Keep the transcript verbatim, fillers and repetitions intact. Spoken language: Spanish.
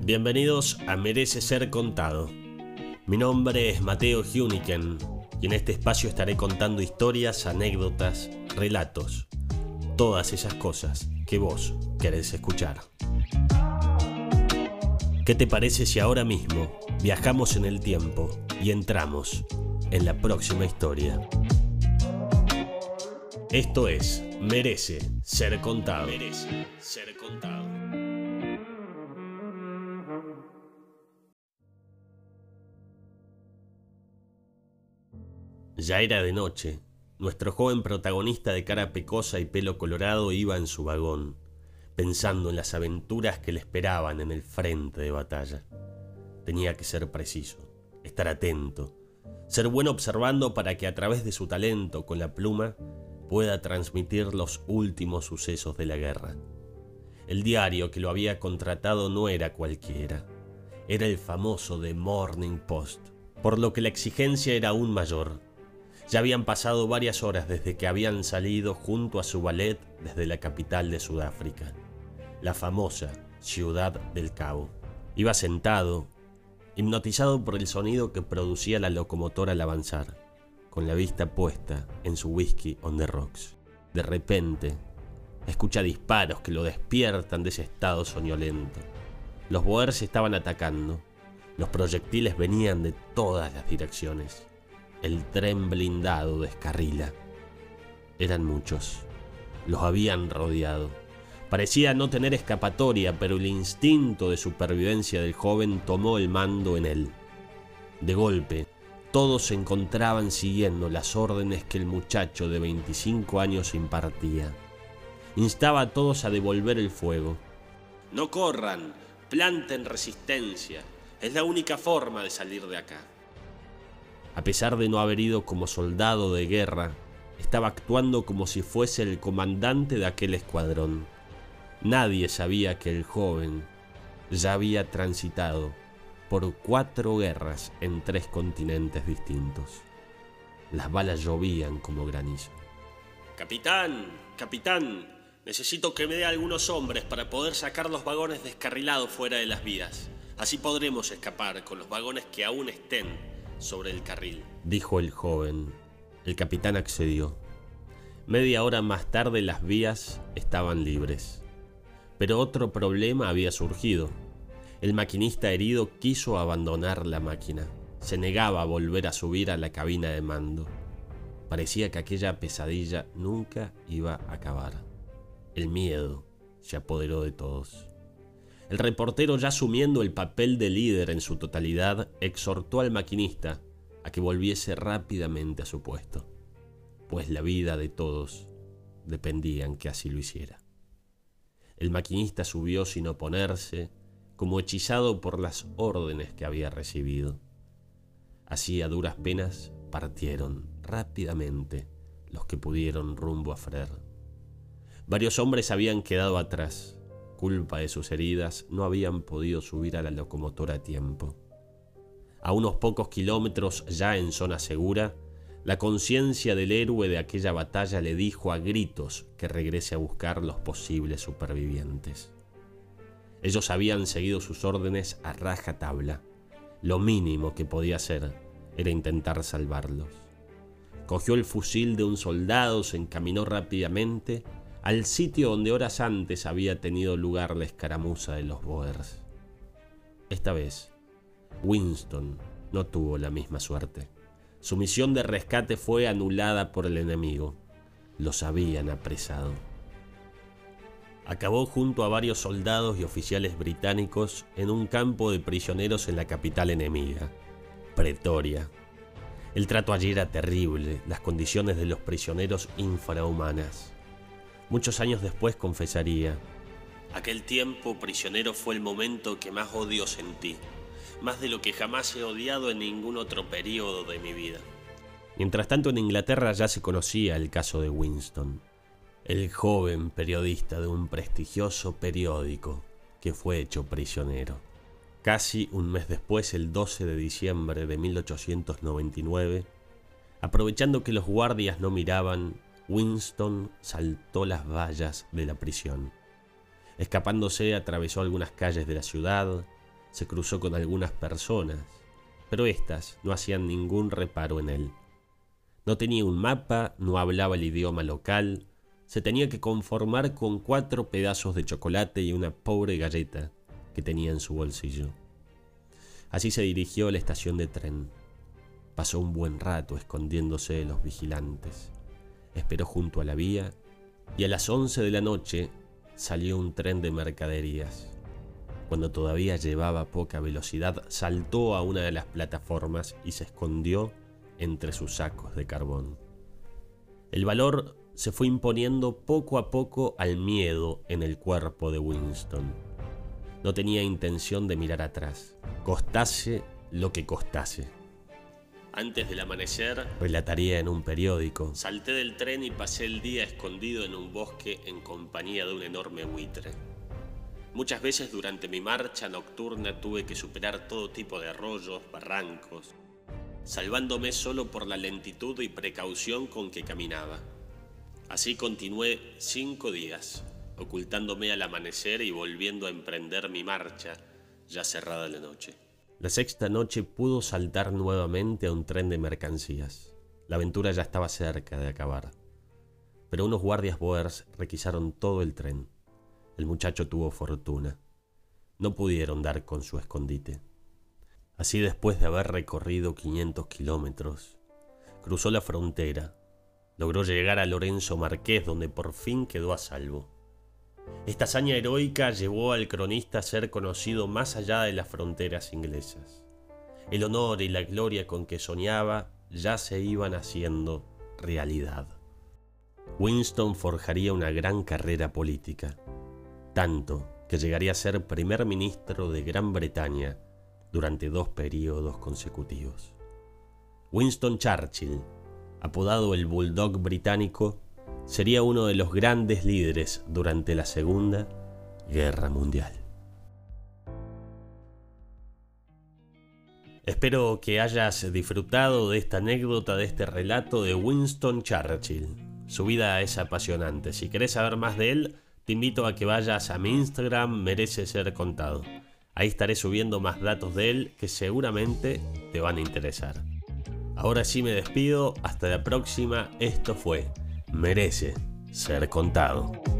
Bienvenidos a Merece Ser Contado. Mi nombre es Mateo Huniken y en este espacio estaré contando historias, anécdotas, relatos, todas esas cosas que vos querés escuchar. ¿Qué te parece si ahora mismo viajamos en el tiempo y entramos en la próxima historia? Esto es Merece Ser Contado. Merece Ser Contado. Ya era de noche. Nuestro joven protagonista de cara pecosa y pelo colorado iba en su vagón, pensando en las aventuras que le esperaban en el frente de batalla. Tenía que ser preciso, estar atento, ser bueno observando para que a través de su talento con la pluma pueda transmitir los últimos sucesos de la guerra. El diario que lo había contratado no era cualquiera, era el famoso The Morning Post, por lo que la exigencia era aún mayor. Ya habían pasado varias horas desde que habían salido junto a su ballet desde la capital de Sudáfrica, la famosa Ciudad del Cabo. Iba sentado, hipnotizado por el sonido que producía la locomotora al avanzar, con la vista puesta en su whisky on the rocks. De repente, escucha disparos que lo despiertan de ese estado soñolento. Los Boers estaban atacando. Los proyectiles venían de todas las direcciones. El tren blindado descarrila. Eran muchos. Los habían rodeado. Parecía no tener escapatoria, pero el instinto de supervivencia del joven tomó el mando en él. De golpe, todos se encontraban siguiendo las órdenes que el muchacho de veinticinco años impartía. Instaba a todos a devolver el fuego. No corran, planten resistencia. Es la única forma de salir de acá. A pesar de no haber ido como soldado de guerra, estaba actuando como si fuese el comandante de aquel escuadrón. Nadie sabía que el joven ya había transitado por cuatro guerras en tres continentes distintos. Las balas llovían como granizo. Capitán, capitán, necesito que me dé algunos hombres para poder sacar los vagones descarrilados fuera de las vías. Así podremos escapar con los vagones que aún estén sobre el carril, dijo el joven. El capitán accedió. Media hora más tarde las vías estaban libres. Pero otro problema había surgido. El maquinista herido quiso abandonar la máquina. Se negaba a volver a subir a la cabina de mando. Parecía que aquella pesadilla nunca iba a acabar. El miedo se apoderó de todos. El reportero, ya asumiendo el papel de líder en su totalidad, exhortó al maquinista a que volviese rápidamente a su puesto, pues la vida de todos dependía en que así lo hiciera. El maquinista subió sin oponerse, como hechizado por las órdenes que había recibido. Así, a duras penas, partieron rápidamente los que pudieron rumbo a Frer. Varios hombres habían quedado atrás. Culpa de sus heridas, no habían podido subir a la locomotora a tiempo. A unos pocos kilómetros, ya en zona segura, la conciencia del héroe de aquella batalla le dijo a gritos que regrese a buscar los posibles supervivientes. Ellos habían seguido sus órdenes a rajatabla. Lo mínimo que podía hacer era intentar salvarlos. Cogió el fusil de un soldado, se encaminó rápidamente al sitio donde horas antes había tenido lugar la escaramuza de los Boers. Esta vez, Winston no tuvo la misma suerte. Su misión de rescate fue anulada por el enemigo. Los habían apresado. Acabó junto a varios soldados y oficiales británicos en un campo de prisioneros en la capital enemiga, Pretoria. El trato allí era terrible, las condiciones de los prisioneros infrahumanas. Muchos años después confesaría: aquel tiempo prisionero fue el momento que más odio sentí, más de lo que jamás he odiado en ningún otro periodo de mi vida. Mientras tanto, en Inglaterra ya se conocía el caso de Winston, el joven periodista de un prestigioso periódico que fue hecho prisionero. Casi un mes después, el doce de diciembre de mil ochocientos noventa y nueve, aprovechando que los guardias no miraban, Winston saltó las vallas de la prisión. Escapándose, atravesó algunas calles de la ciudad, Se cruzó con algunas personas, pero éstas no hacían ningún reparo en él. No tenía un mapa, no hablaba el idioma local, se tenía que conformar con cuatro pedazos de chocolate y una pobre galleta que tenía en su bolsillo. Así se dirigió a la estación de tren. Pasó un buen rato escondiéndose de los vigilantes. Esperó junto a la vía y a las once de la noche salió un tren de mercaderías. Cuando todavía llevaba poca velocidad, saltó a una de las plataformas y se escondió entre sus sacos de carbón. El valor se fue imponiendo poco a poco al miedo en el cuerpo de Winston. No tenía intención de mirar atrás, costase lo que costase. Antes del amanecer, relataría en un periódico, salté del tren y pasé el día escondido en un bosque en compañía de un enorme buitre. Muchas veces durante mi marcha nocturna tuve que superar todo tipo de arroyos, barrancos, salvándome solo por la lentitud y precaución con que caminaba. Así continué cinco días, ocultándome al amanecer y volviendo a emprender mi marcha, ya cerrada la noche. La sexta noche pudo saltar nuevamente a un tren de mercancías. La aventura ya estaba cerca de acabar. Pero unos guardias boers requisaron todo el tren. El muchacho tuvo fortuna. No pudieron dar con su escondite. Así, después de haber recorrido quinientos kilómetros, cruzó la frontera. Logró llegar a Lorenzo Marqués, donde por fin quedó a salvo. Esta hazaña heroica llevó al cronista a ser conocido más allá de las fronteras inglesas. El honor y la gloria con que soñaba ya se iban haciendo realidad. Winston forjaría una gran carrera política, tanto que llegaría a ser primer ministro de Gran Bretaña durante dos periodos consecutivos. Winston Churchill, apodado el Bulldog británico, sería uno de los grandes líderes durante la Segunda Guerra Mundial. Espero que hayas disfrutado de esta anécdota, de este relato de Winston Churchill. Su vida es apasionante. Si querés saber más de él, te invito a que vayas a mi Instagram, Merece Ser Contado. Ahí estaré subiendo más datos de él que seguramente te van a interesar. Ahora sí me despido, hasta la próxima. Esto fue Merece Ser Contado.